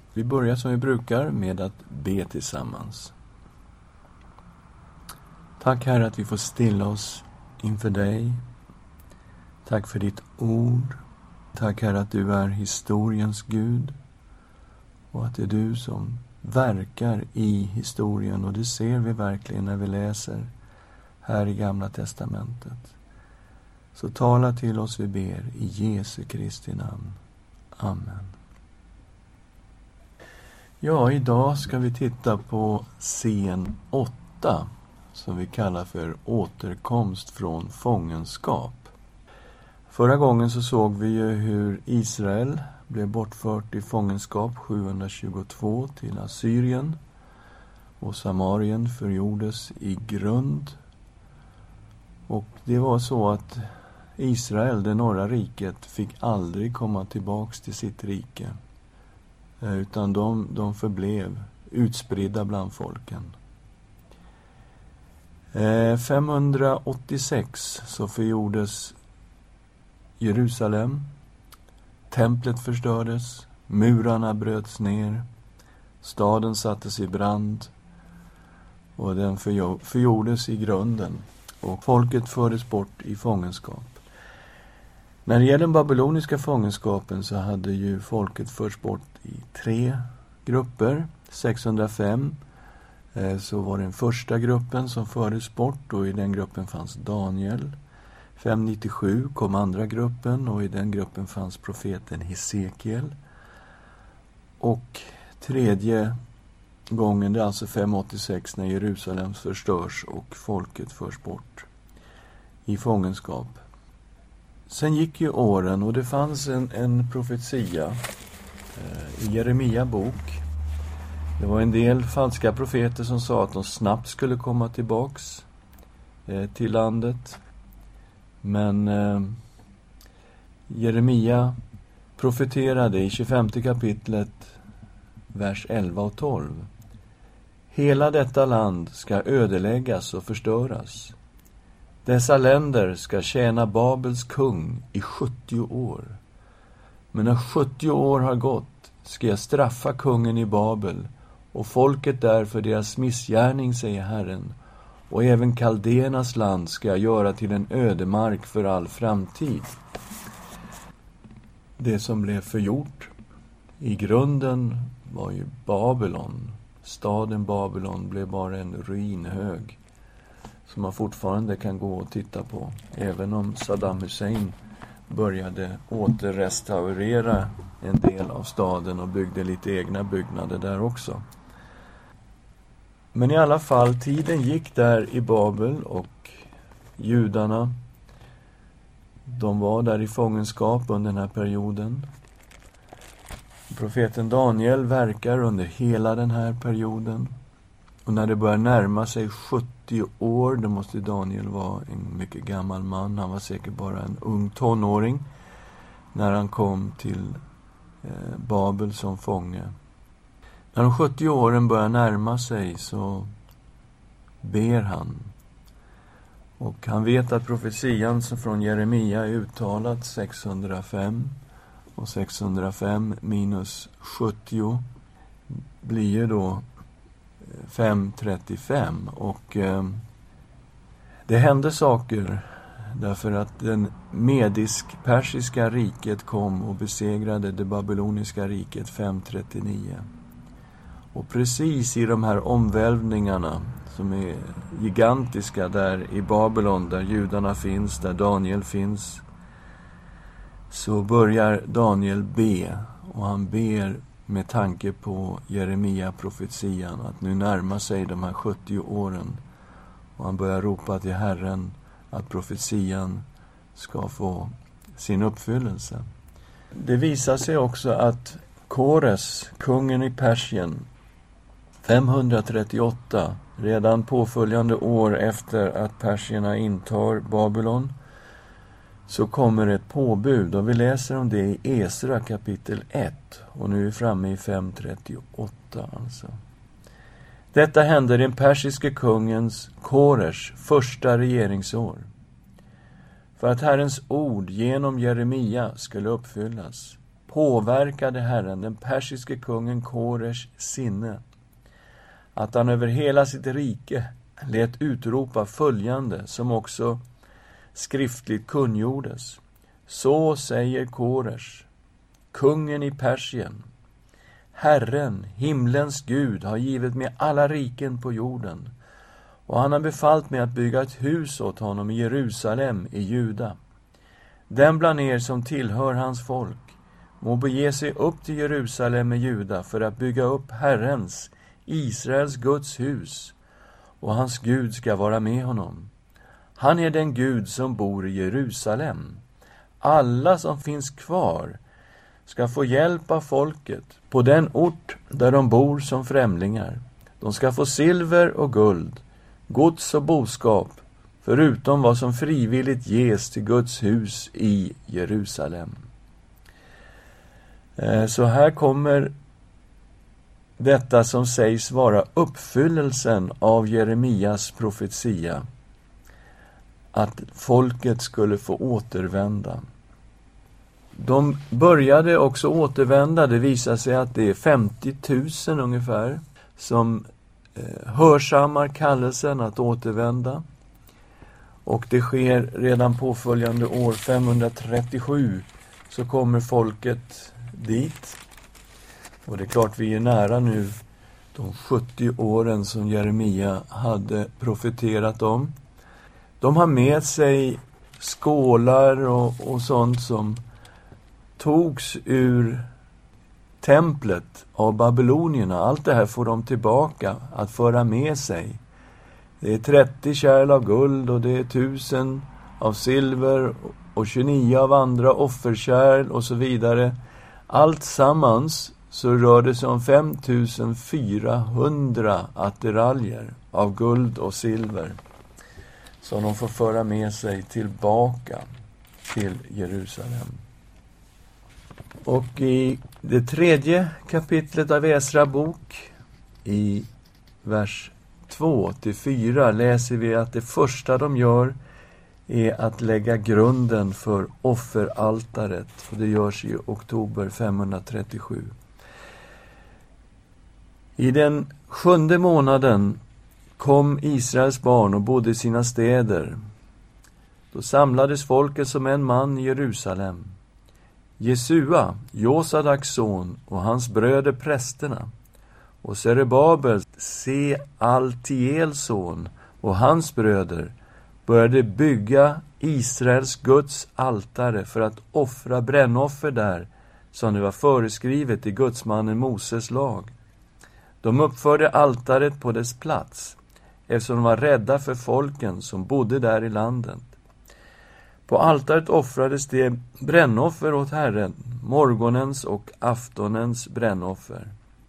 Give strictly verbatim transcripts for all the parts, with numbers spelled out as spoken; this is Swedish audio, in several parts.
Vi börjar som vi brukar med att be tillsammans. Tack Herre att vi får stilla oss inför dig. Tack för ditt ord. Tack Herre att du är historiens Gud. Och att det är du som verkar i historien. Och det ser vi verkligen när vi läser här i Gamla testamentet. Så tala till oss, vi ber, i Jesu Kristi namn. Amen. Ja, idag ska vi titta på scen åtta, som vi kallar för återkomst från fångenskap. Förra gången så såg vi ju hur Israel blev bortfört i fångenskap sjuhundratjugotvå till Assyrien. Och Samarien förgjordes i grund. Och det var så att Israel, det norra riket, fick aldrig komma tillbaks till sitt rike. Utan de, de förblev utspridda bland folken. Eh, femhundraåttiosex så förgjordes Jerusalem. Templet förstördes. Murarna bröts ner. Staden sattes i brand. Och den förgjordes i grunden. Och folket fördes bort i fångenskap. När det gäller den babyloniska fångenskapen så hade ju folket förts bort i tre grupper. sexhundrafem eh, så var den första gruppen som fördes bort, och i den gruppen fanns Daniel. femhundranittiosju kom andra gruppen, och i den gruppen fanns profeten Hesekiel. Och tredje gången, det är alltså femhundraåttiosex, när Jerusalem förstörs och folket förs bort i fångenskap. Sen gick ju åren, och det fanns en, en profetia eh, i Jeremia bok. Det var en del falska profeter som sa att de snabbt skulle komma tillbaks eh, till landet. Men eh, Jeremia profeterade i tjugofemte kapitlet, vers elva och tolv. Hela detta land ska ödeläggas och förstöras. Dessa länder ska tjäna Babels kung i sjuttio år. Men när sjuttio år har gått ska jag straffa kungen i Babel och folket där för deras missgärning, säger Herren. Och även Kaldenas land ska jag göra till en ödemark för all framtid. Det som blev förgjort i grunden var ju Babylon. Staden Babylon blev bara en ruinhög som man fortfarande kan gå och titta på. Även om Saddam Hussein började återrestaurera en del av staden och byggde lite egna byggnader där också. Men i alla fall, tiden gick där i Babel, och judarna, de var där i fångenskap under den här perioden. Profeten Daniel verkar under hela den här perioden. Och när det börjar närma sig sjuttio år, då måste Daniel vara en mycket gammal man. Han var säkert bara en ung tonåring när han kom till eh, Babel som fånge. När de sjuttio åren börjar närma sig så ber han. Och han vet att profetian från Jeremia är uttalat sexhundrafem. Och sexhundrafem minus sjuttio blir ju då femhundratrettiofem. Och eh, det hände saker därför att den medisk-persiska riket kom och besegrade det babyloniska riket femhundratrettionio. Och precis i de här omvälvningarna som är gigantiska där i Babylon, där judarna finns, där Daniel finns, så börjar Daniel be, och han ber med tanke på Jeremia-profetian att nu närmar sig de här sjuttio åren, och han börjar ropa till Herren att profetian ska få sin uppfyllelse. Det visar sig också att Kores, kungen i Persien, femhundratrettioåtta, redan påföljande år efter att persierna intar Babylon, så kommer ett påbud, och vi läser om det i Esra kapitel ett, och nu är vi framme i femhundratrettioåtta alltså. Detta hände den persiske kungens Kores första regeringsår, för att Herrens ord genom Jeremia skulle uppfyllas. påverkade Herren den persiske kungen Koresh sinne, att han över hela sitt rike lät utropa följande, som också skriftligt kungjordes. Så säger Koresh, kungen i Persien: Herren, himlens Gud, har givit mig alla riken på jorden, och han har befallt mig att bygga ett hus åt honom i Jerusalem i Juda. Den bland er som tillhör hans folk må bege sig upp till Jerusalem i Juda för att bygga upp Herrens, Israels Guds hus, och hans Gud ska vara med honom. Han är den Gud som bor i Jerusalem. Alla som finns kvar ska få hjälp av folket på den ort där de bor som främlingar. De ska få silver och guld, gods och boskap, förutom vad som frivilligt ges till Guds hus i Jerusalem. Så här kommer detta som sägs vara uppfyllelsen av Jeremias profetia, att folket skulle få återvända. De började också återvända. Det visar sig att det är femtio tusen ungefär som eh, hörsammar kallelsen att återvända. Och det sker redan påföljande år femhundratrettiosju, så kommer folket dit. Och det är klart, vi är nära nu de sjuttio åren som Jeremia hade profeterat om. De har med sig skålar och, och sånt som togs ur templet av babylonierna. Allt det här får de tillbaka att föra med sig. Det är trettio kärl av guld och det är tusen av silver och tjugonio av andra offerkärl och så vidare. Allt sammans så rör det sig om fem tusen fyrahundra attiraljer av guld och silver som de får föra med sig tillbaka till Jerusalem. Och i det tredje kapitlet av Esra bok, i vers två till fyra, läser vi att det första de gör är att lägga grunden för offeraltaret. Och det görs i oktober femhundratrettiosju. I den sjunde månaden kom Israels barn och bodde i sina städer. Då samlades folket som en man i Jerusalem. Jesua, Josadaks son, och hans bröder prästerna, och Serebabel, Sealtiels son, och hans bröder började bygga Israels Guds altare för att offra brännoffer där, som det var föreskrivet i Gudsmannen Moses lag. De uppförde altaret på dess plats, eftersom de var rädda för folken som bodde där i landet. På altaret offrades det brännoffer åt Herren, morgonens och aftonens brännoffer.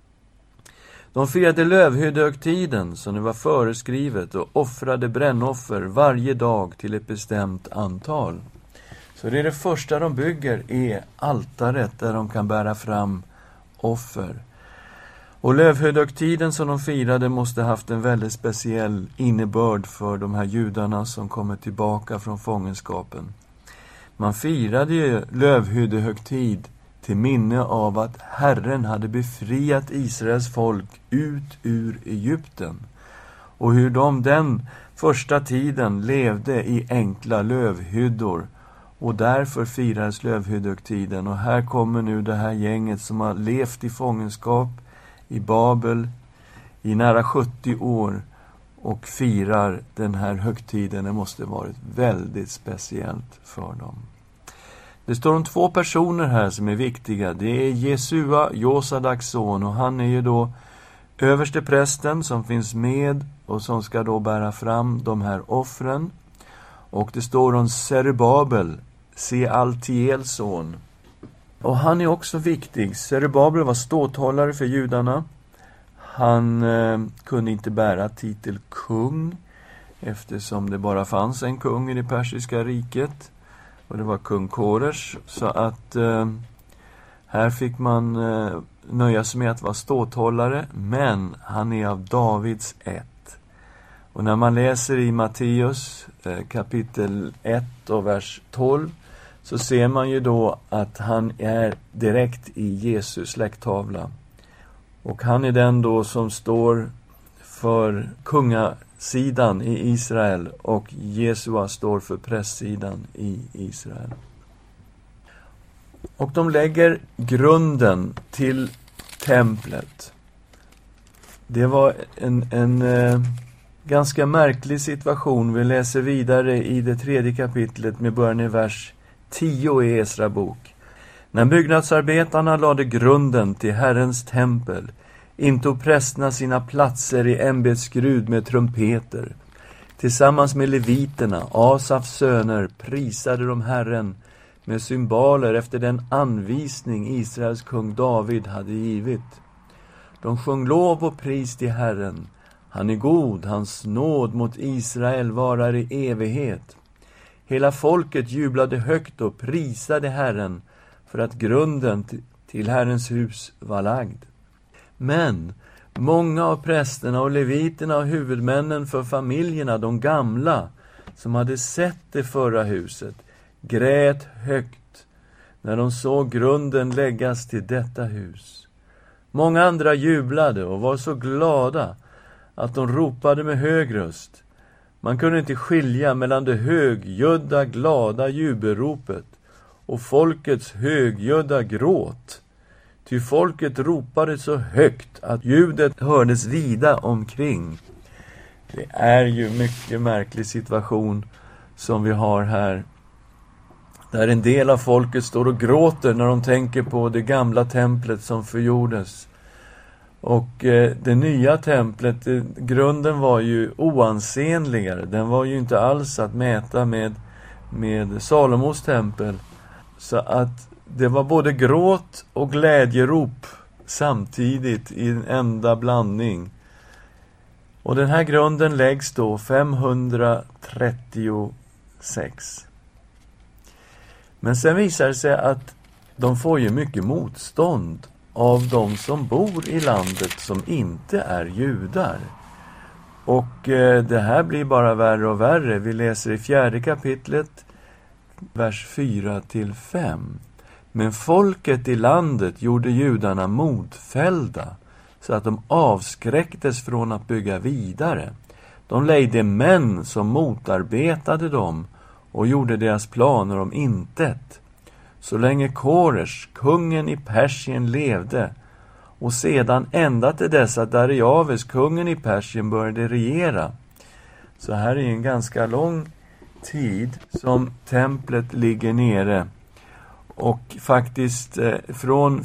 De firade lövhyddehögtiden som det var föreskrivet och offrade brännoffer varje dag till ett bestämt antal. Så det är det första de bygger, är altaret där de kan bära fram offer. Och lövhyddehögtiden som de firade måste haft en väldigt speciell innebörd för de här judarna som kommer tillbaka från fångenskapen. Man firade ju lövhyddehögtid till minne av att Herren hade befriat Israels folk ut ur Egypten. Och hur de den första tiden levde i enkla lövhyddor. Och därför firades lövhyddehögtiden. Och här kommer nu det här gänget som har levt i fångenskap i Babel i nära sjuttio år och firar den här högtiden. Det måste varit väldigt speciellt för dem. Det står om två personer här som är viktiga. Det är Jesua, Josadaks son, och han är ju då överste prästen som finns med och som ska då bära fram de här offren. Och det står om Serebabel, Sealtiels son. Och han är också viktig. Serebabel var ståthållare för judarna. Han eh, kunde inte bära titel kung, eftersom det bara fanns en kung i det persiska riket. Och det var kung Koresh. Så att eh, här fick man eh, nöja sig med att vara ståthållare. Men han är av Davids ett. Och när man läser i Matteus eh, kapitel ett och vers tolv, så ser man ju då att han är direkt i Jesus släkttavla. Och han är den då som står för kungasidan i Israel och Jesua står för prästsidan i Israel. Och de lägger grunden till templet. Det var en, en eh, ganska märklig situation. Vi läser vidare i det tredje kapitlet med början i vers tio i Esra bok. När byggnadsarbetarna lade grunden till Herrens tempel intog prästerna sina platser i ämbetsskrud med trumpeter. Tillsammans med leviterna, Asafs söner, prisade de Herren med symboler efter den anvisning Israels kung David hade givit. De sjöng lov och pris till Herren. Han är god, hans nåd mot Israel varar i evighet. Hela folket jublade högt och prisade Herren för att grunden till Herrens hus var lagd. Men många av prästerna och leviterna och huvudmännen för familjerna, de gamla, som hade sett det förra huset, grät högt när de såg grunden läggas till detta hus. Många andra jublade och var så glada att de ropade med hög röst. Man kunde inte skilja mellan det högljudda, glada jubelropet och folkets högljudda gråt. Ty folket ropade så högt att ljudet hördes vida omkring. Det är ju mycket märklig situation som vi har här. Där en del av folket står och gråter när de tänker på det gamla templet som förgjordes. Och eh, det nya templet, eh, grunden var ju oansenligare. Den var ju inte alls att mäta med, med Salomos tempel. Så att det var både gråt och glädjerop samtidigt i en enda blandning. Och den här grunden läggs då femhundratrettiosex. Men sen visar det sig att de får ju mycket motstånd av de som bor i landet som inte är judar. Och eh, det här blir bara värre och värre. Vi läser i fjärde kapitlet, vers fyra till fem. Men folket i landet gjorde judarna modfällda så att de avskräcktes från att bygga vidare. De lejde män som motarbetade dem och gjorde deras planer om intet. Så länge Koresh, kungen i Persien, levde och sedan ända till dess att Dariaves, kungen i Persien, började regera. Så här är en ganska lång tid som templet ligger nere. Och faktiskt eh, från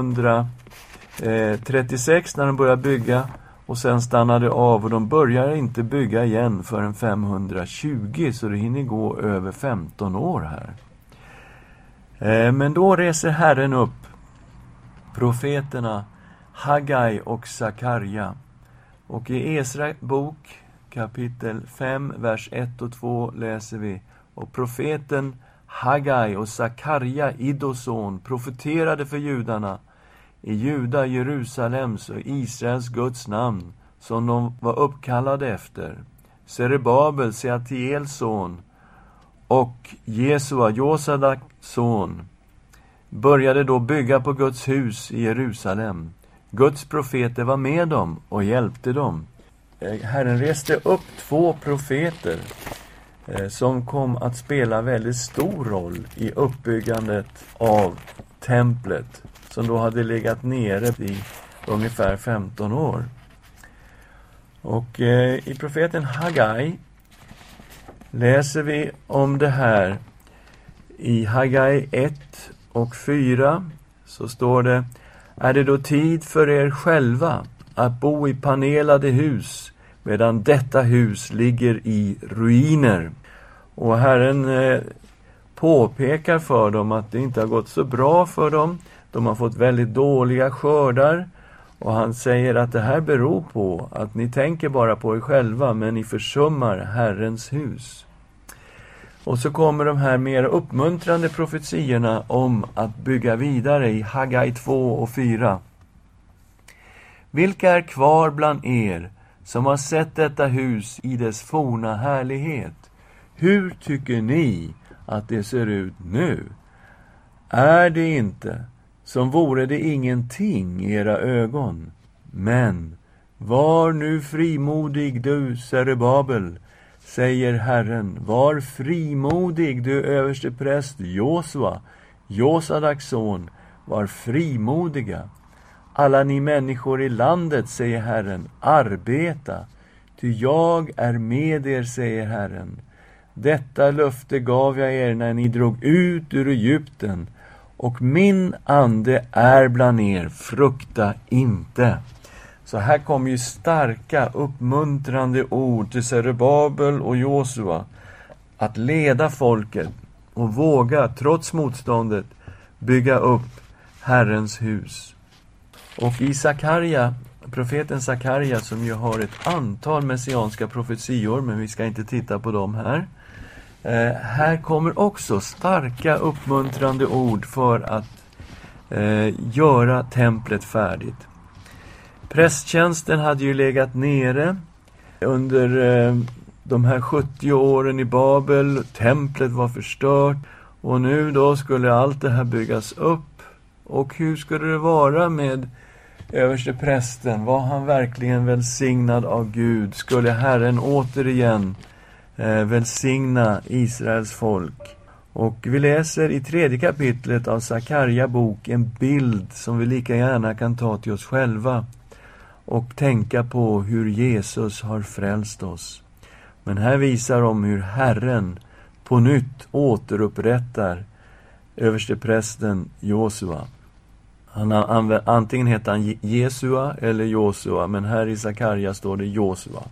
femhundratrettiosex när de började bygga och sen stannade av, och de börjar inte bygga igen förrän femhundratjugo, så det hinner gå över femton år här. Eh, men då reser Herren upp profeterna Hagai och Sakarja. Och i Esra bok kapitel fem, vers ett och två läser vi: och profeten Hagai och Sakarja, Iddos son, profeterade för judarna i Juda, Jerusalems och Israels Guds namn, som de var uppkallade efter. Serebabel, Sealtiels son, och Jesua, Josadaks son, började då bygga på Guds hus i Jerusalem. Guds profeter var med dem och hjälpte dem. Herren reste upp två profeter som kom att spela väldigt stor roll i uppbyggandet av templet, som då hade legat nere i ungefär femton år. Och eh, i profeten Hagai läser vi om det här. I Hagai ett och fyra så står det: är det då tid för er själva att bo i panelade hus, medan detta hus ligger i ruiner? Och Herren eh, påpekar för dem att det inte har gått så bra för dem. De har fått väldigt dåliga skördar. Och han säger att det här beror på att ni tänker bara på er själva, men ni försummar Herrens hus. Och så kommer de här mer uppmuntrande profetiorna om att bygga vidare i Hagai två och fyra. Vilka är kvar bland er som har sett detta hus i dess forna härlighet? Hur tycker ni att det ser ut nu? Är det inte som vore det ingenting i era ögon? Men var nu frimodig, du Serubabel, säger Herren. Var frimodig, du överste präst Josua, Josadaks son. Var frimodiga. Alla ni människor i landet, säger Herren, arbeta. Ty jag är med er, säger Herren. Detta löfte gav jag er när ni drog ut ur Egypten. Och min ande är bland er, frukta inte. Så här kommer ju starka, uppmuntrande ord till Serubabel och Josua. Att leda folket och våga, trots motståndet, bygga upp Herrens hus. Och i Sakarja, profeten Sakarja, som ju har ett antal messianska profetior, men vi ska inte titta på dem här. Eh, här kommer också starka uppmuntrande ord för att eh, göra templet färdigt. Prästtjänsten hade ju legat nere under eh, de här sjuttio åren i Babel. Templet var förstört och nu då skulle allt det här byggas upp. Och hur skulle det vara med överste prästen? Var han verkligen välsignad av Gud? Skulle Herren återigen eh, välsigna Israels folk? Och vi läser i tredje kapitlet av Sakarja bok en bild som vi lika gärna kan ta till oss själva och tänka på hur Jesus har frälst oss. Men här visar om hur Herren på nytt återupprättar översteprästen Josua. Han använder, antingen heter han Jesua eller Josua, men här i Sakarja står det Josua.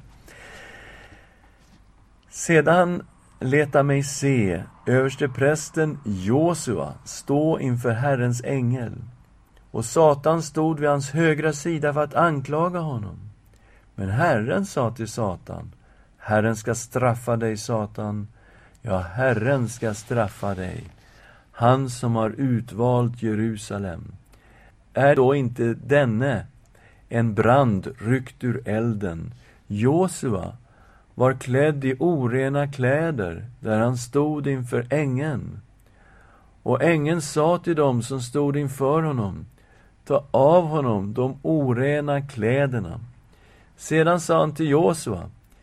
Sedan leta mig se översteprästen Josua stå inför Herrens ängel. Och Satan stod vid hans högra sida för att anklaga honom. Men Herren sa till Satan: Herren ska straffa dig, Satan. Ja, Herren ska straffa dig. Han som har utvalt Jerusalem. Är då inte denne en brand ryckt ur elden? Josua var klädd i orena kläder där han stod inför ängeln. Och ängeln sa till dem som stod inför honom: ta av honom de orena kläderna. Sedan sa han till Josua: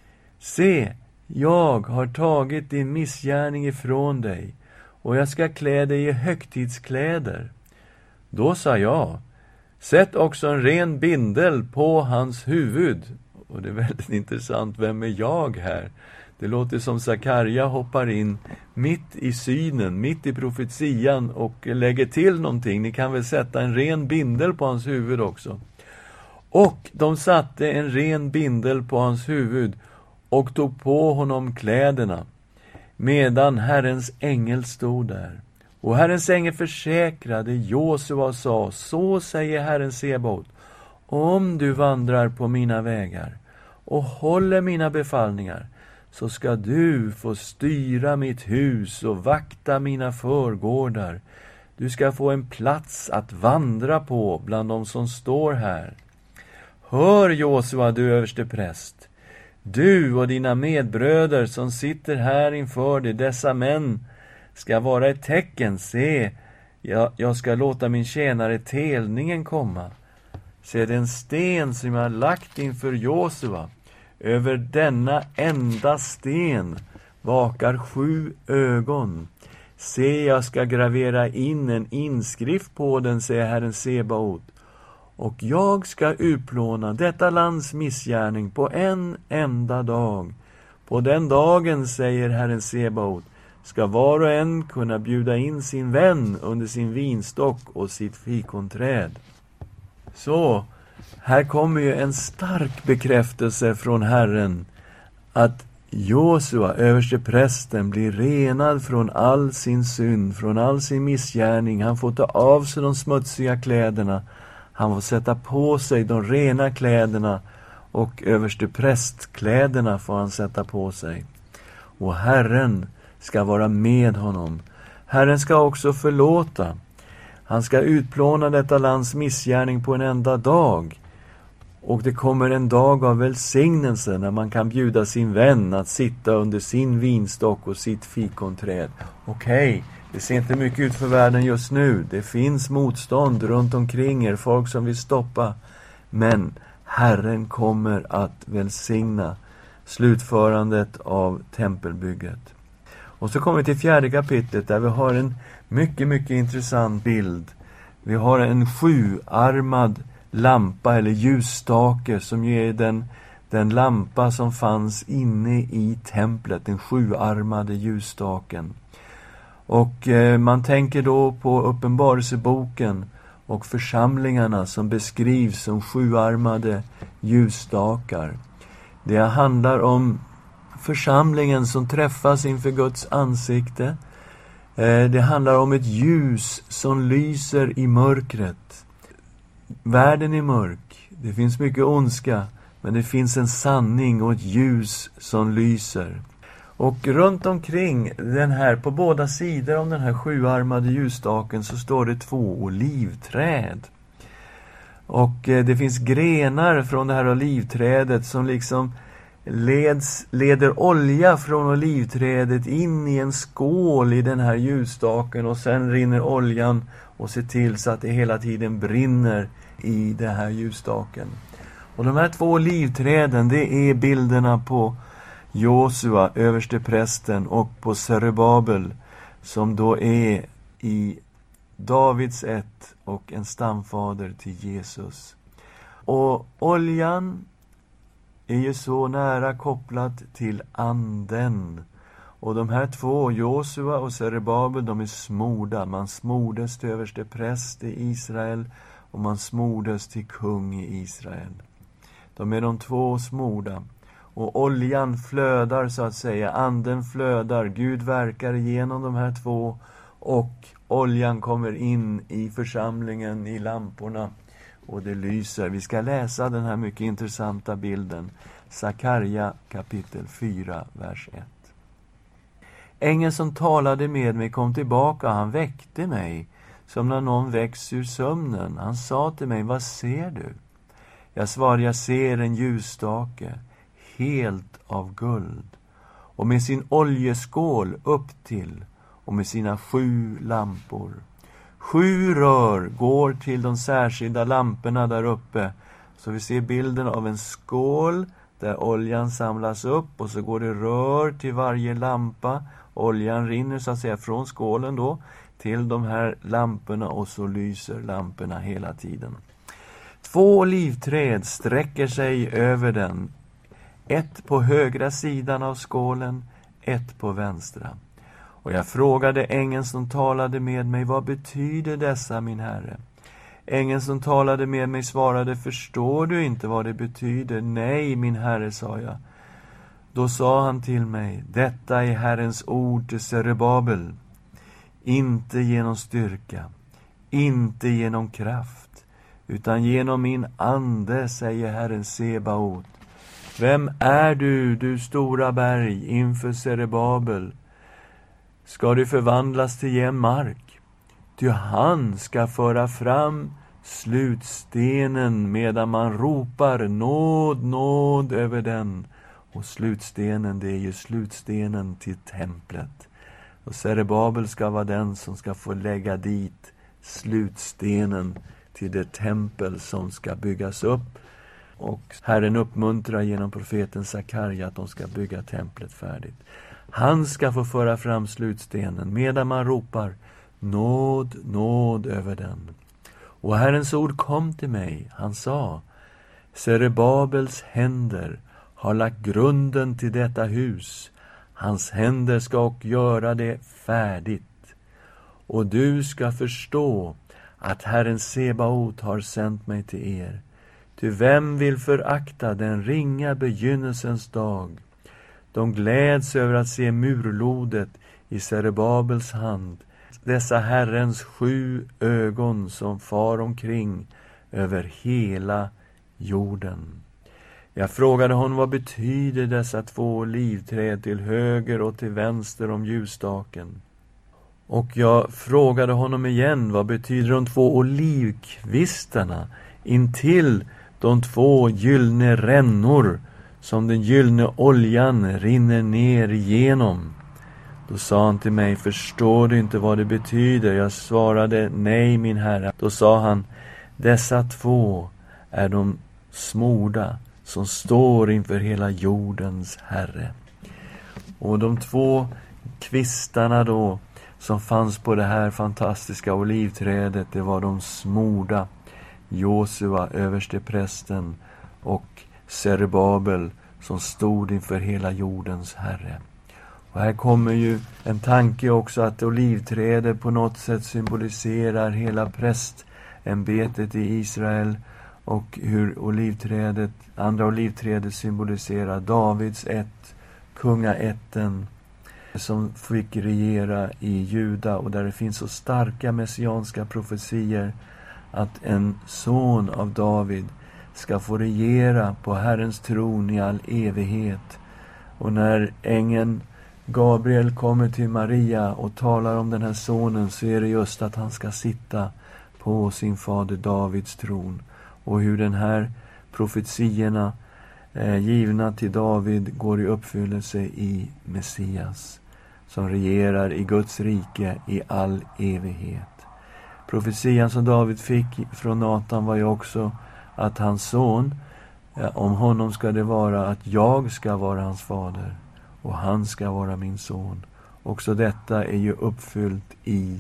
se, jag har tagit din missgärning ifrån dig, och jag ska klä dig i högtidskläder. Då sa jag: sätt också en ren bindel på hans huvud. Och det är väldigt intressant, vem är jag här? Det låter som Sakarja hoppar in mitt i synen, mitt i profetian och lägger till någonting. Ni kan väl sätta en ren bindel på hans huvud också. Och de satte en ren bindel på hans huvud och tog på honom kläderna, medan Herrens ängel stod där. Och Herrens ängel försäkrade Josua och sa: så säger Herren Sebaot, om du vandrar på mina vägar och håller mina befallningar, så ska du få styra mitt hus och vakta mina förgårdar. Du ska få en plats att vandra på bland de som står här. Hör, Josua, du överste präst, du och dina medbröder som sitter här inför dig, dessa män ska vara ett tecken. Se, jag, jag ska låta min tjänare telningen komma. Se, den sten som jag har lagt inför Josua, över denna enda sten vakar sju ögon. Se, jag ska gravera in en inskrift på den, säger Herren Sebaot. Och jag ska utplåna detta lands missgärning på en enda dag. På den dagen, säger Herren Sebaot, ska var och en kunna bjuda in sin vän under sin vinstock och sitt fikonträd. Så, här kommer ju en stark bekräftelse från Herren att Josua, överste prästen, blir renad från all sin synd, från all sin missgärning. Han får ta av sig de smutsiga kläderna. Han får sätta på sig de rena kläderna, och överste prästkläderna får han sätta på sig. Och Herren ska vara med honom. Herren ska också förlåta. Han ska utplåna detta lands missgärning på en enda dag. Och det kommer en dag av välsignelse när man kan bjuda sin vän att sitta under sin vinstock och sitt fikonträd. Okej, okay, det ser inte mycket ut för världen just nu. Det finns motstånd runt omkring er, folk som vill stoppa. Men Herren kommer att välsigna slutförandet av tempelbygget. Och så kommer vi till fjärde kapitlet där vi har en mycket, mycket intressant bild. Vi har en sjuarmad lampa eller ljusstake som ger den, den lampa som fanns inne i templet, den sjuarmade ljusstaken. Och eh, man tänker då på Uppenbarelseboken och församlingarna som beskrivs som sjuarmade ljusstakar. Det handlar om församlingen som träffas inför Guds ansikte. Eh, det handlar om ett ljus som lyser i mörkret. Världen är mörk. Det finns mycket ondska. Men det finns en sanning och ett ljus som lyser. Och runt omkring den här, på båda sidor om den här sjuarmade ljusstaken så står det två olivträd. Och eh, det finns grenar från det här olivträdet som liksom leds, leder olja från olivträdet in i en skål i den här ljusstaken. Och sen rinner oljan och ser till så att det hela tiden brinner i den här ljusstaken. Och de här två olivträden, det är bilderna på Josua, överste prästen, och på Zerubabel som då är i Davids ett och en stamfader till Jesus. Och oljan är ju så nära kopplat till anden. Och de här två, Josua och Zerubabel, de är smorda. Man smordes till överste präst i Israel och man smordes till kung i Israel. De är de två smorda. Och oljan flödar så att säga, anden flödar, Gud verkar genom de här två och oljan kommer in i församlingen, i lamporna och det lyser. Vi ska läsa den här mycket intressanta bilden. Sakarja kapitel fyra, vers ett. Ängeln som talade med mig kom tillbaka, han väckte mig som när någon väcks ur sömnen. Han sa till mig, vad ser du? Jag svarade, jag ser en ljusstake, helt av guld, och med sin oljeskål upp till och med sina sju lampor. Sju rör går till de särskilda lamporna där uppe. Så vi ser bilden av en skål där oljan samlas upp och så går det rör till varje lampa. Oljan rinner så att säga från skålen då till de här lamporna och så lyser lamporna hela tiden. Två olivträd sträcker sig över den. Ett på högra sidan av skålen, ett på vänstra. Och jag frågade ängeln som talade med mig, vad betyder dessa, min herre? Ängeln som talade med mig svarade, förstår du inte vad det betyder? Nej, min herre, sa jag. Då sa han till mig, detta är Herrens ord till Zerubabel. Inte genom styrka, inte genom kraft, utan genom min ande, säger Herren Sebaot. Vem är du, du stora berg, inför Zerubabel? Ska du förvandlas till jämn mark? Ty han ska föra fram slutstenen medan man ropar nåd, nåd över den. Och slutstenen, det är ju slutstenen till templet. Och Zerubabel ska vara den som ska få lägga dit slutstenen till det tempel som ska byggas upp. Och Herren uppmuntrar genom profeten Sakarja att de ska bygga templet färdigt. Han ska få föra fram slutstenen medan man ropar nåd, nåd över den. Och Herrens ord kom till mig. Han sa, Zerubabels händer har lagt grunden till detta hus. Hans händer ska och göra det färdigt. Och du ska förstå att Herren Sebaot har sänt mig till er. Ty vem vill förakta den ringa begynnelsens dag? De gläds över att se murlodet i Zerubabels hand. Dessa Herrens sju ögon som far omkring över hela jorden. Jag frågade honom, vad betyder dessa två olivträd till höger och till vänster om ljusstaken? Och jag frågade honom igen, vad betyder de två olivkvistarna intill de två gyllene rännor som den gyllene oljan rinner ner igenom. Då sa han till mig, förstår du inte vad det betyder? Jag svarade, nej min herre. Då sa han, dessa två är de smorda som står inför hela jordens herre. Och de två kvistarna då som fanns på det här fantastiska olivträdet, det var de smorda. Josua, översteprästen, och Zerubabel som stod inför hela jordens herre. Och här kommer ju en tanke också att olivträdet på något sätt symboliserar hela prästämbetet i Israel, och hur olivträdet, andra olivträdet symboliserar Davids ett, kungaätten som fick regera i Juda, och där det finns så starka messianska profetier att en son av David ska få regera på Herrens tron i all evighet. Och när ängeln Gabriel kommer till Maria och talar om den här sonen, så är det just att han ska sitta på sin fader Davids tron. Och hur den här profetierna eh, givna till David går i uppfyllelse i Messias, som regerar i Guds rike i all evighet. Profetian som David fick från Natan var ju också att hans son, eh, om honom ska det vara att jag ska vara hans fader och han ska vara min son. Också detta är ju uppfyllt i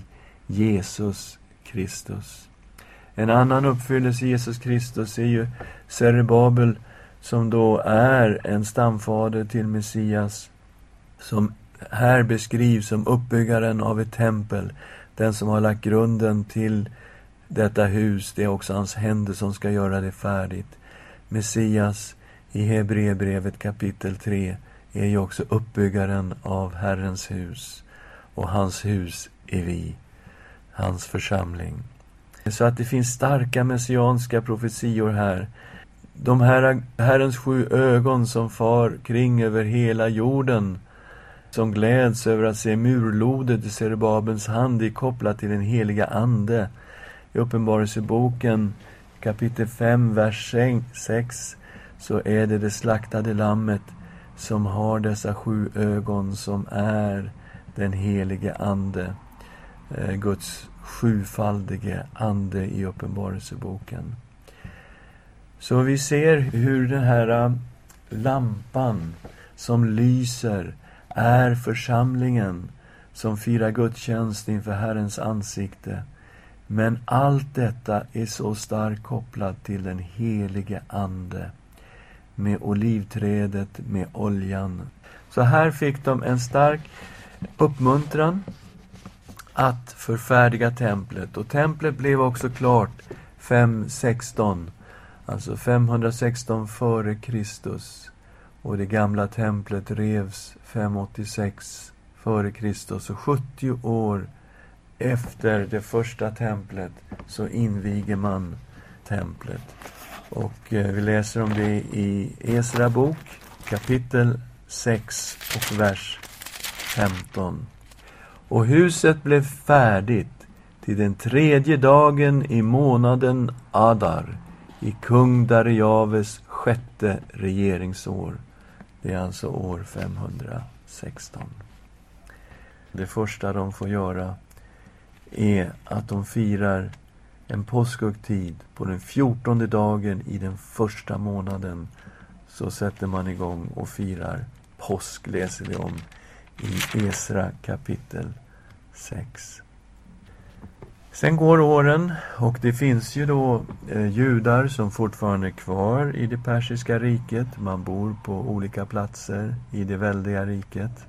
Jesus Kristus. En annan uppfyllelse i Jesus Kristus är ju Zerubabel, som då är en stamfader till Messias, som här beskrivs som uppbyggaren av ett tempel. Den som har lagt grunden till detta hus, det är också hans händer som ska göra det färdigt. Messias i Hebreerbrevet kapitel tre är ju också uppbyggaren av Herrens hus. Och hans hus är vi, hans församling. Så att det finns starka messianska profetior här. De här Herrens sju ögon som far kring över hela jorden, som gläds över att se murlodet i Zerubabels hand, är kopplat till den heliga ande. I Uppenbarelseboken kapitel fem, vers sex, så är det det slaktade lammet som har dessa sju ögon, som är den helige ande, Guds sjufaldige ande i Uppenbarelseboken. Så vi ser hur den här lampan som lyser är församlingen som firar gudstjänst inför Herrens ansikte. Men allt detta är så starkt kopplat till den helige ande, med olivträdet, med oljan. Så här fick de en stark uppmuntran att förfärdiga templet. Och templet blev också klart fem sexton, alltså femhundrasexton före Kristus. Och det gamla templet revs femhundraåttiosex före Kristus. Och sjuttio år efter det första templet så inviger man templet. Och eh, vi läser om det i Esra bok kapitel sex och vers femton. Och huset blev färdigt till den tredje dagen i månaden Adar, i kung Darijaves sjätte regeringsår. Det är alltså år femhundrasexton. Det första de får göra är att de firar en påskhögtid på den fjortonde dagen i den första månaden. Så sätter man igång och firar påsk, läser vi om i Esra kapitel sex. Sen går åren, och det finns ju då eh, judar som fortfarande är kvar i det persiska riket. Man bor på olika platser i det väldiga riket.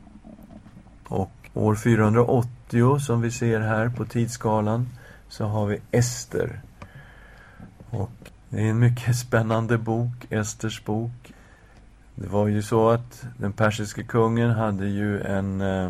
Och år fyrahundraåttio, som vi ser här på tidsskalan, så har vi Ester. Och det är en mycket spännande bok, Esters bok. Det var ju så att den persiska kungen hade ju en eh,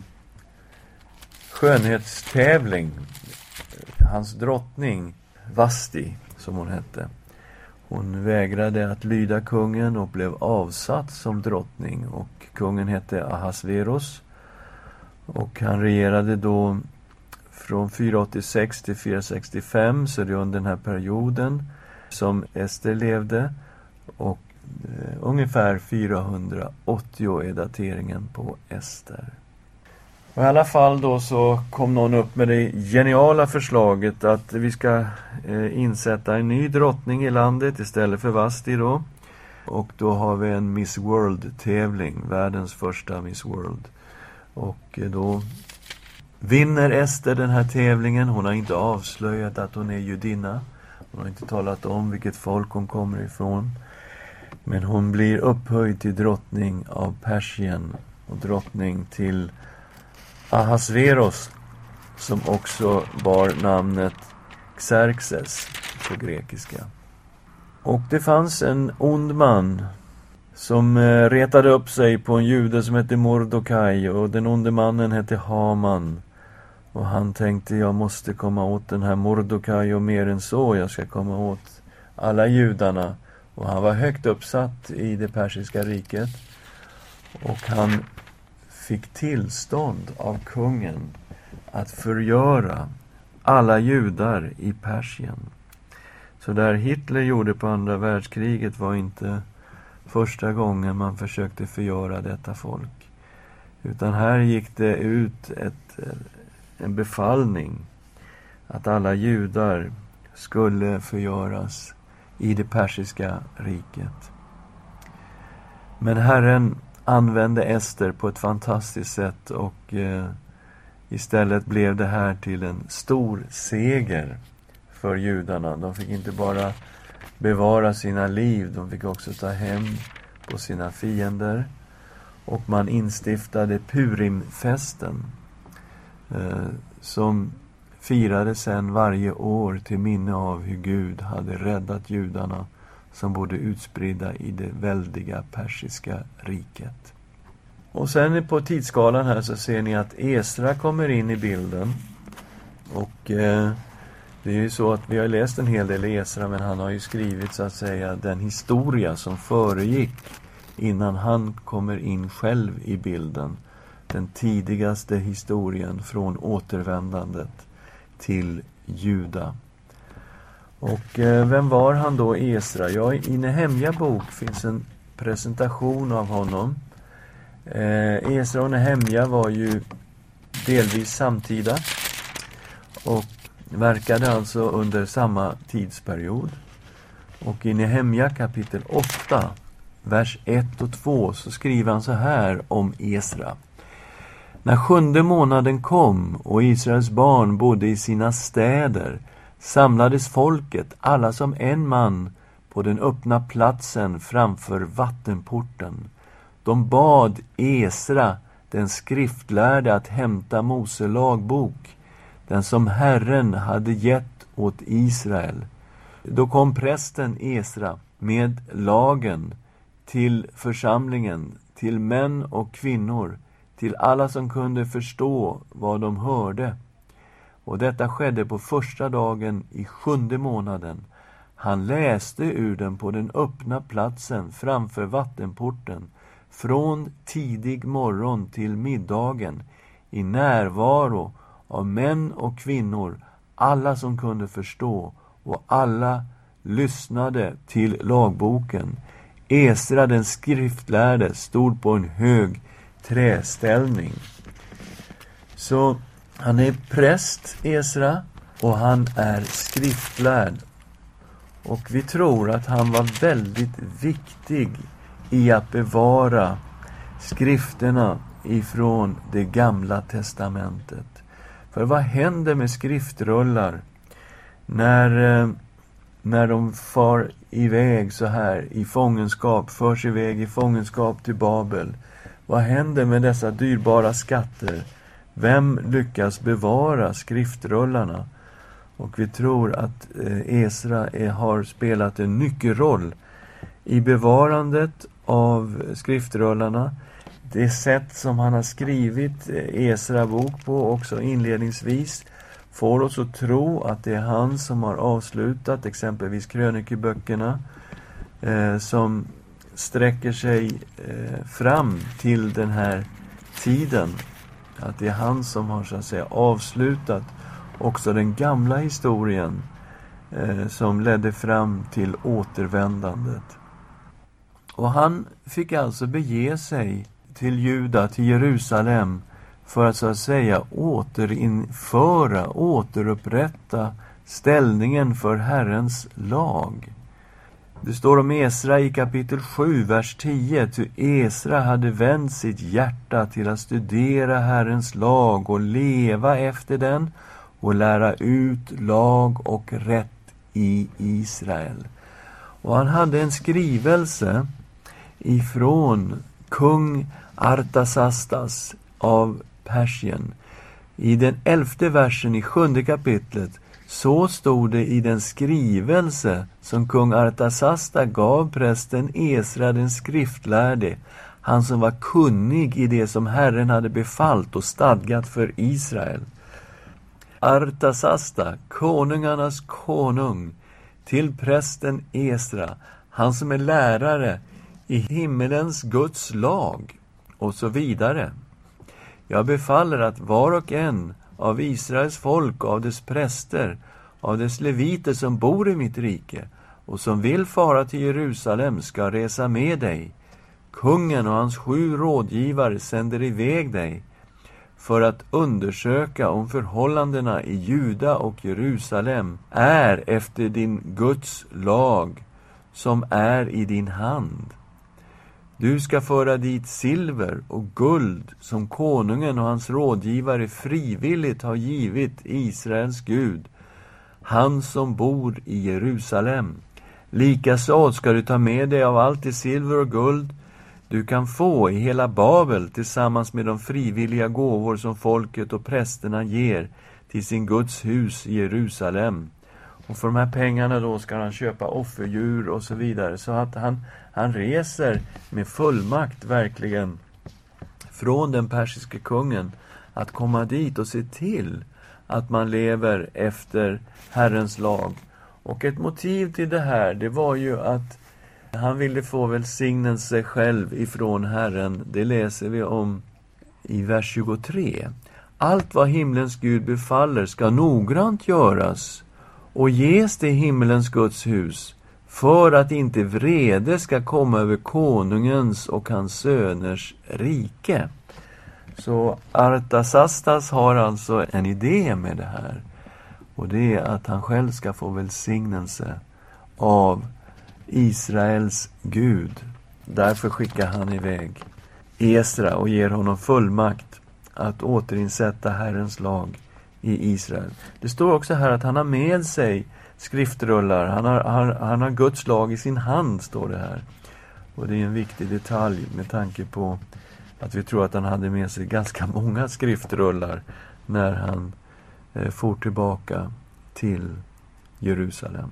skönhetstävling. Hans drottning, Vasti, som hon hette. Hon vägrade att lyda kungen och blev avsatt som drottning. Och kungen hette Ahasveros. Och han regerade då från fyrahundraåttiosex till fyrahundrasextiofem, så det är under den här perioden som Ester levde, och eh, ungefär fyrahundraåttio är dateringen på Ester. Och i alla fall då så kom någon upp med det geniala förslaget att vi ska eh, insätta en ny drottning i landet istället för Vasti då. Och då har vi en Miss World-tävling, världens första Miss World. Och eh, då vinner Ester den här tävlingen. Hon har inte avslöjat att hon är judinna. Hon har inte talat om vilket folk hon kommer ifrån. Men hon blir upphöjd till drottning av Persien och drottning till Ahasveros, som också bar namnet Xerxes på grekiska. Och det fanns en ond man som eh, retade upp sig på en jude som hette Mordokaj, och den onde mannen hette Haman. Och han tänkte, jag måste komma åt den här Mordokaj, och mer än så, jag ska komma åt alla judarna. Och han var högt uppsatt i det persiska riket, och han fick tillstånd av kungen att förgöra alla judar i Persien. Så där Hitler gjorde på andra världskriget var inte första gången man försökte förgöra detta folk. Utan här gick det ut ett, en befallning att alla judar skulle förgöras i det persiska riket. Men Herren använde Ester på ett fantastiskt sätt, och eh, istället blev det här till en stor seger för judarna. De fick inte bara bevara sina liv, de fick också ta hem på sina fiender. Och man instiftade Purimfesten eh, som firade sedan varje år till minne av hur Gud hade räddat judarna som bodde utspridda i det väldiga persiska riket. Och sen på tidsskalan här så ser ni att Esra kommer in i bilden. Och eh, det är ju så att vi har läst en hel del Esra, men han har ju skrivit så att säga den historia som föregick innan han kommer in själv i bilden. Den tidigaste historien från återvändandet till Juda. Och eh, vem var han då, Esra? Ja, i Nehemja bok finns en presentation av honom. Eh, Esra och Nehemja var ju delvis samtida och verkade alltså under samma tidsperiod. Och i Nehemja kapitel åtta, vers ett och två, så skriver han så här om Esra. När sjunde månaden kom och Israels barn bodde i sina städer, samlades folket, alla som en man, på den öppna platsen framför vattenporten. De bad Esra, den skriftlärde, att hämta Mose lagbok, den som Herren hade gett åt Israel. Då kom prästen Esra med lagen till församlingen, till män och kvinnor, till alla som kunde förstå vad de hörde. Och detta skedde på första dagen i sjunde månaden. Han läste ur den på den öppna platsen framför vattenporten, från tidig morgon till middagen, i närvaro av män och kvinnor, alla som kunde förstå, och alla lyssnade till lagboken. Esra, den skriftlärde, stod på en hög träställning. Så han är präst, Esra, och han är skriftlärd. Och vi tror att han var väldigt viktig i att bevara skrifterna ifrån det gamla testamentet. För vad händer med skriftrullar när, när de far iväg så här i fångenskap, förs iväg i fångenskap till Babel? Vad händer med dessa dyrbara skatter? Vem lyckas bevara skriftrullarna? Och vi tror att Esra är, har spelat en nyckelroll i bevarandet av skriftrullarna. Det sätt som han har skrivit Esra bok på också inledningsvis får oss att tro att det är han som har avslutat exempelvis krönikeböckerna eh, som sträcker sig eh, fram till den här tiden. Att det är han som har så att säga avslutat också den gamla historien eh, som ledde fram till återvändandet. Och han fick alltså bege sig till Juda, till Jerusalem, för att så att säga återinföra, återupprätta ställningen för Herrens lag. Det står om Esra i kapitel sju, vers tio. Ty Esra hade vänt sitt hjärta till att studera Herrens lag och leva efter den och lära ut lag och rätt i Israel. Och han hade en skrivelse ifrån kung Artasastas av Persien. I den elfte versen i sjunde kapitlet så stod det i den skrivelse som kung Artasasta gav prästen Esra den skriftlärde, han som var kunnig i det som Herren hade befallt och stadgat för Israel. Artasasta, konungarnas konung, till prästen Esra, han som är lärare i himmelens Guds lag, och så vidare. Jag befaller att var och en av Israels folk, av dess präster, av dess leviter som bor i mitt rike och som vill fara till Jerusalem ska resa med dig. Kungen och hans sju rådgivare sänder iväg dig för att undersöka om förhållandena i Juda och Jerusalem är efter din Guds lag som är i din hand. Du ska föra dit silver och guld som konungen och hans rådgivare frivilligt har givit Israels Gud, han som bor i Jerusalem. Likaså ska du ta med dig av allt det silver och guld du kan få i hela Babel tillsammans med de frivilliga gåvor som folket och prästerna ger till sin Guds hus i Jerusalem. Och för de här pengarna då ska han köpa offerdjur och så vidare. Så att han, han reser med fullmakt verkligen från den persiska kungen att komma dit och se till att man lever efter Herrens lag. Och ett motiv till det här, det var ju att han ville få välsignelse själv ifrån Herren. Det läser vi om i vers tjugotre. Allt vad himlens Gud befaller ska noggrant göras och ges till himmelens Guds hus, för att inte vrede ska komma över konungens och hans söners rike. Så Artasastas har alltså en idé med det här. Och det är att han själv ska få välsignelse av Israels Gud. Därför skickar han iväg Esra och ger honom fullmakt att återinsätta Herrens lag i Israel. Det står också här att han har med sig skriftrullar. Han har, han, han har Guds lag i sin hand, står det här. Och det är en viktig detalj med tanke på att vi tror att han hade med sig ganska många skriftrullar när han eh, for tillbaka till Jerusalem.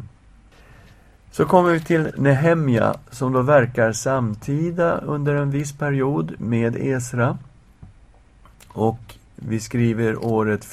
Så kommer vi till Nehemja som då verkar samtida under en viss period med Esra. Och vi skriver året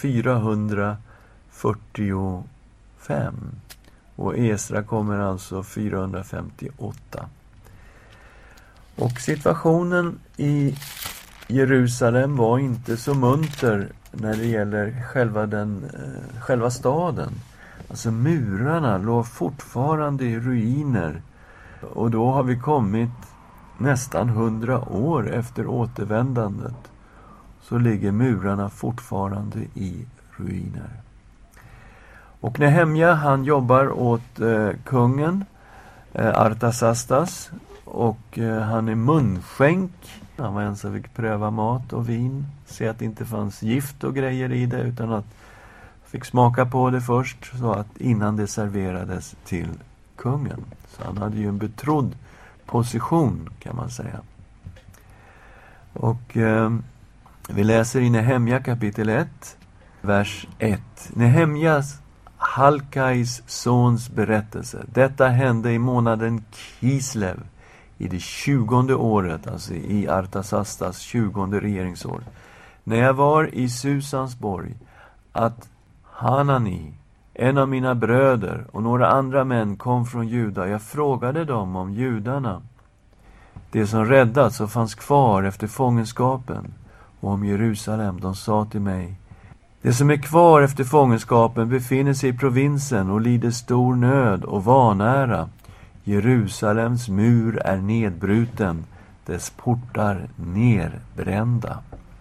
fyrahundrafyrtiofem. Och Esra kommer alltså fyrahundrafemtioåtta. Och situationen i Jerusalem var inte så munter när det gäller själva, den, eh, själva staden. Alltså murarna låg fortfarande i ruiner. Och då har vi kommit nästan hundra år efter återvändandet. Så ligger murarna fortfarande i ruiner. Och Nehemja, han jobbar åt eh, kungen eh, Artasastas. Och eh, han är munskänk. Han var en som fick pröva mat och vin. Se att det inte fanns gift och grejer i det, utan att fick smaka på det först, så att innan det serverades till kungen. Så han hade ju en betrodd position, kan man säga. Och eh, vi läser i Nehemja kapitel ett, vers ett. Nehemjas, Halkais sons berättelse. Detta hände i månaden Kislev i det tjugonde året, alltså i Artasastas tjugonde regeringsår. När jag var i Susansborg, att Hanani, en av mina bröder och några andra män kom från Juda. Jag frågade dem om judarna, det som räddats och fanns kvar efter fångenskapen, och om Jerusalem. De sa till mig: Det som är kvar efter fångenskapen befinner sig i provinsen och lider stor nöd och vanära. Jerusalems mur är nedbruten, dess portar nerbrända.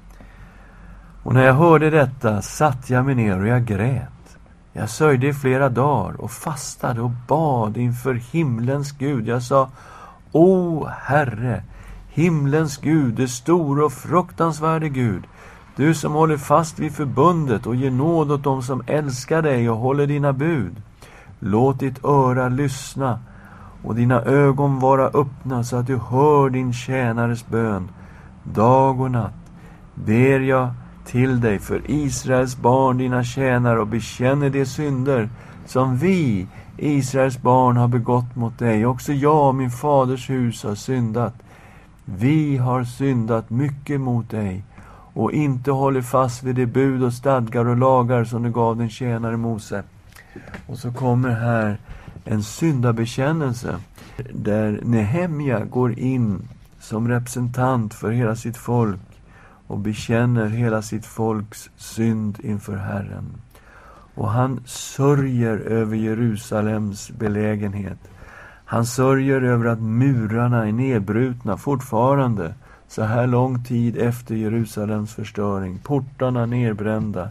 Och när jag hörde detta satt jag mig ner och jag grät. Jag sörjde i flera dagar och fastade och bad inför himlens Gud. Jag sa: O Herre, himlens Gud, det stora och fruktansvärde Gud, du som håller fast vid förbundet och ger nåd åt dem som älskar dig och håller dina bud. Låt ditt öra lyssna och dina ögon vara öppna så att du hör din tjänares bön. Dag och natt ber jag till dig för Israels barn, dina tjänare, och bekänner de synder som vi, Israels barn, har begått mot dig. Också jag och min faders hus har syndat. Vi har syndat mycket mot dig och inte håller fast vid de bud och stadgar och lagar som du gav den tjänare Mose. Och så kommer här en syndabekännelse där Nehemja går in som representant för hela sitt folk och bekänner hela sitt folks synd inför Herren. Och han sörjer över Jerusalems belägenhet. Han sörjer över att murarna är nedbrutna fortfarande, så här lång tid efter Jerusalems förstöring. Portarna nedbrända.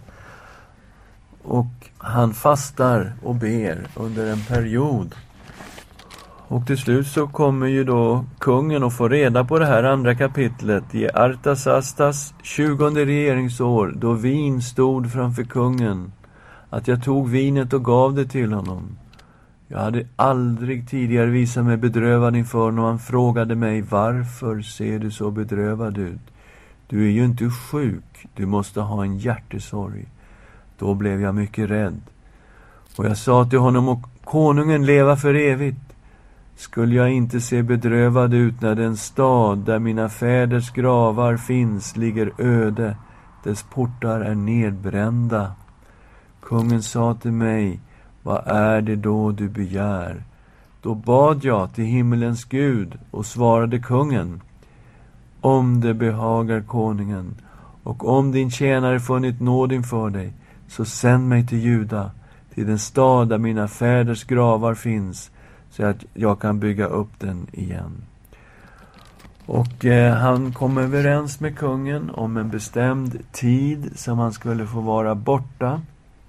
Och han fastar och ber under en period. Och till slut så kommer ju då kungen att få reda på det här andra kapitlet i Artasastas tjugonde regeringsår, då vin stod framför kungen, att jag tog vinet och gav det till honom. Jag hade aldrig tidigare visat mig bedrövad inför honom. Han frågade mig: varför ser du så bedrövad ut? Du är ju inte sjuk, du måste ha en hjärtesorg. Då blev jag mycket rädd. Och jag sa till honom: och konungen leva för evigt. Skulle jag inte se bedrövad ut när den stad där mina fäders gravar finns ligger öde, dess portar är nedbrända? Kungen sa till mig: vad är det då du begär? Då bad jag till himmelens Gud och svarade kungen: om det behagar konungen och om din tjänare funnit nåd inför dig, så sänd mig till Juda, till den stad där mina fäders gravar finns, så att jag kan bygga upp den igen. Och eh, han kom överens med kungen om en bestämd tid som han skulle få vara borta.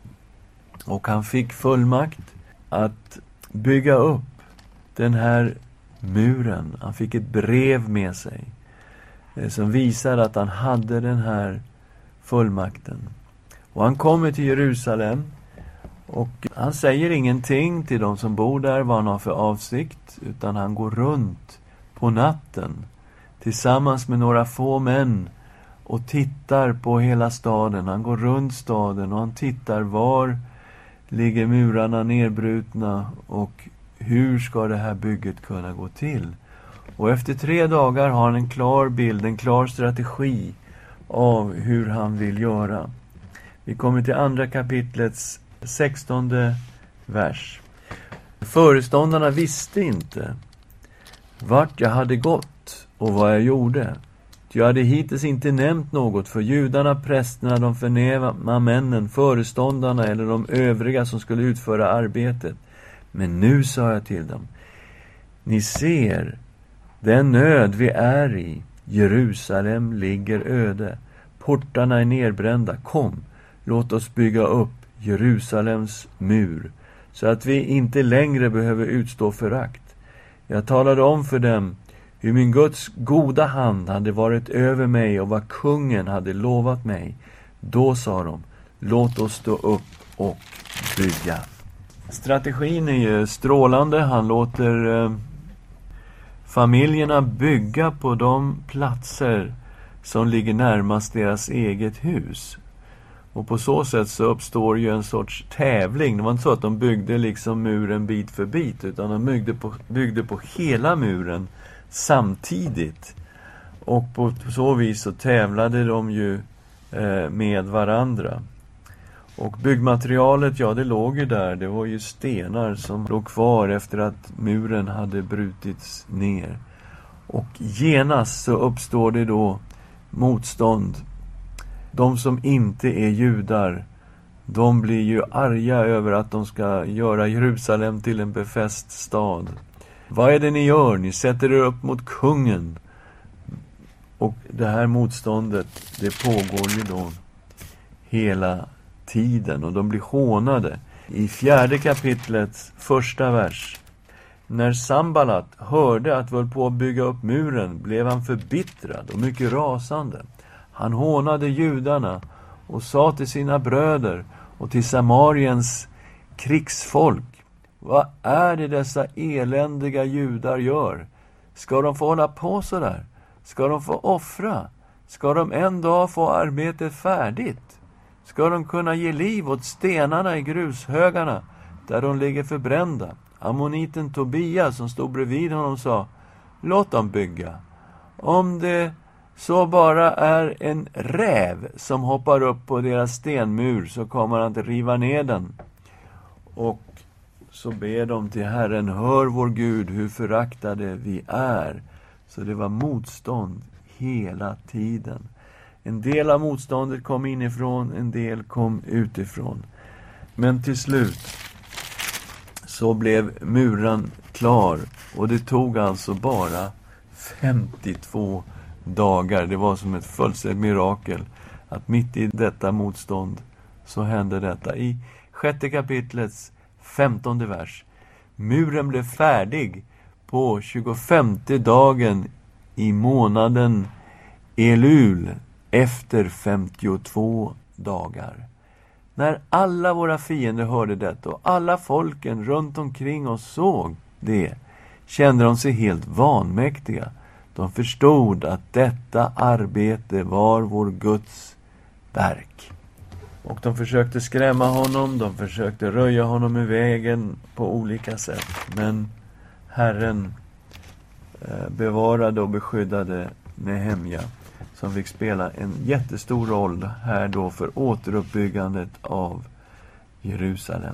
Och han fick fullmakt att bygga upp den här muren. Han fick ett brev med sig eh, som visade att han hade den här fullmakten. Och han kommer till Jerusalem. Och han säger ingenting till de som bor där vad han har för avsikt, utan han går runt på natten tillsammans med några få män och tittar på hela staden. Han går runt staden och han tittar: var ligger murarna nedbrutna och hur ska det här bygget kunna gå till? Och efter tre dagar har han en klar bild, en klar strategi av hur han vill göra. Vi kommer till andra kapitlets sextonde vers. Föreståndarna visste inte vart jag hade gått och vad jag gjorde. Jag hade hittills inte nämnt något för judarna, prästerna, de förnäma männen, föreståndarna eller de övriga som skulle utföra arbetet. Men nu sa jag till dem: ni ser den nöd vi är i. Jerusalem ligger öde. Portarna är nedbrända. Kom, låt oss bygga upp Jerusalems mur, så att vi inte längre behöver utstå förakt. Jag talade om för dem hur min Guds goda hand hade varit över mig och vad kungen hade lovat mig. Då sa de: låt oss stå upp och bygga. Strategin är ju strålande. Han låter eh, familjerna bygga på de platser som ligger närmast deras eget hus. Och på så sätt så uppstår ju en sorts tävling. Det var inte så att de byggde liksom muren bit för bit, utan de byggde på, byggde på hela muren samtidigt. Och på så vis så tävlade de ju eh, med varandra. Och byggmaterialet, ja, det låg ju där. Det var ju stenar som låg kvar efter att muren hade brutits ner. Och genast så uppstår det då motstånd. de som inte är judar, de blir ju arga över att de ska göra Jerusalem till en befäst stad. Vad är det ni gör? Ni sätter er upp mot kungen. Och det här motståndet, det pågår ju då hela tiden. Och de blir hånade. I fjärde kapitlets första vers. När Sambalat hörde att vi höll på att bygga upp muren blev han förbittrad och mycket rasande. Han hånade judarna och sa till sina bröder och till Samariens krigsfolk: vad är det dessa eländiga judar gör? Ska de få hålla på så där? Ska de få offra? Ska de en dag få arbetet färdigt? Ska de kunna ge liv åt stenarna i grushögarna där de ligger förbrända? Ammoniten Tobia som stod bredvid honom sa: låt dem bygga. Om det så bara är en räv som hoppar upp på deras stenmur så kommer han att riva ner den. Och så ber de till Herren: hör vår Gud hur föraktade vi är. Så det var motstånd hela tiden. En del av motståndet kom inifrån, en del kom utifrån. Men till slut så blev muren klar. Och det tog alltså bara femtiotvå dagar. Det var som ett fullständigt mirakel att mitt i detta motstånd så hände detta. I sjätte kapitlets femtonde vers. Muren blev färdig på tjugofemte dagen i månaden Elul efter femtiotvå dagar. När alla våra fiender hörde detta och alla folken runt omkring oss såg det, kände de sig helt vanmäktiga. De förstod att detta arbete var vår Guds verk. Och de försökte skrämma honom, de försökte röja honom i vägen på olika sätt. Men Herren bevarade och beskyddade Nehemja, som fick spela en jättestor roll här då för återuppbyggandet av Jerusalem.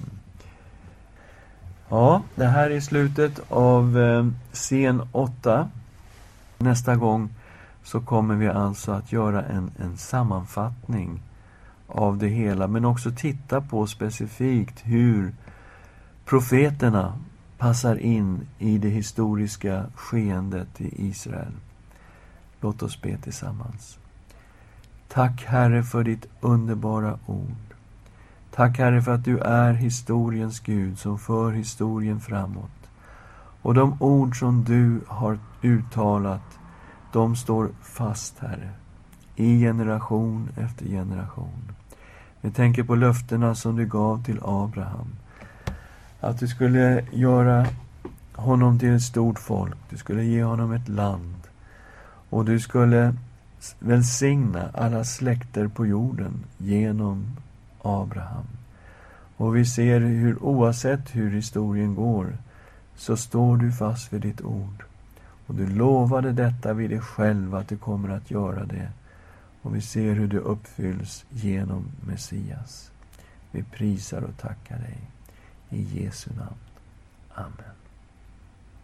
Ja, det här är slutet av eh, scen åtta. Nästa gång så kommer vi alltså att göra en, en sammanfattning av det hela, men också titta på specifikt hur profeterna passar in i det historiska skeendet i Israel. Låt oss be tillsammans. Tack Herre för ditt underbara ord. Tack Herre för att du är historiens Gud som för historien framåt. Och de ord som du har uttalat, de står fast Herre, i generation efter generation. Vi tänker på löftena som du gav till Abraham. Att du skulle göra honom till ett stort folk. Du skulle ge honom ett land. Och du skulle välsigna alla släkter på jorden genom Abraham. Och vi ser hur oavsett hur historien går så står du fast vid ditt ord. Och du lovade detta vid dig själv att du kommer att göra det. Och vi ser hur det uppfylls genom Messias. Vi prisar och tackar dig. I Jesu namn. Amen.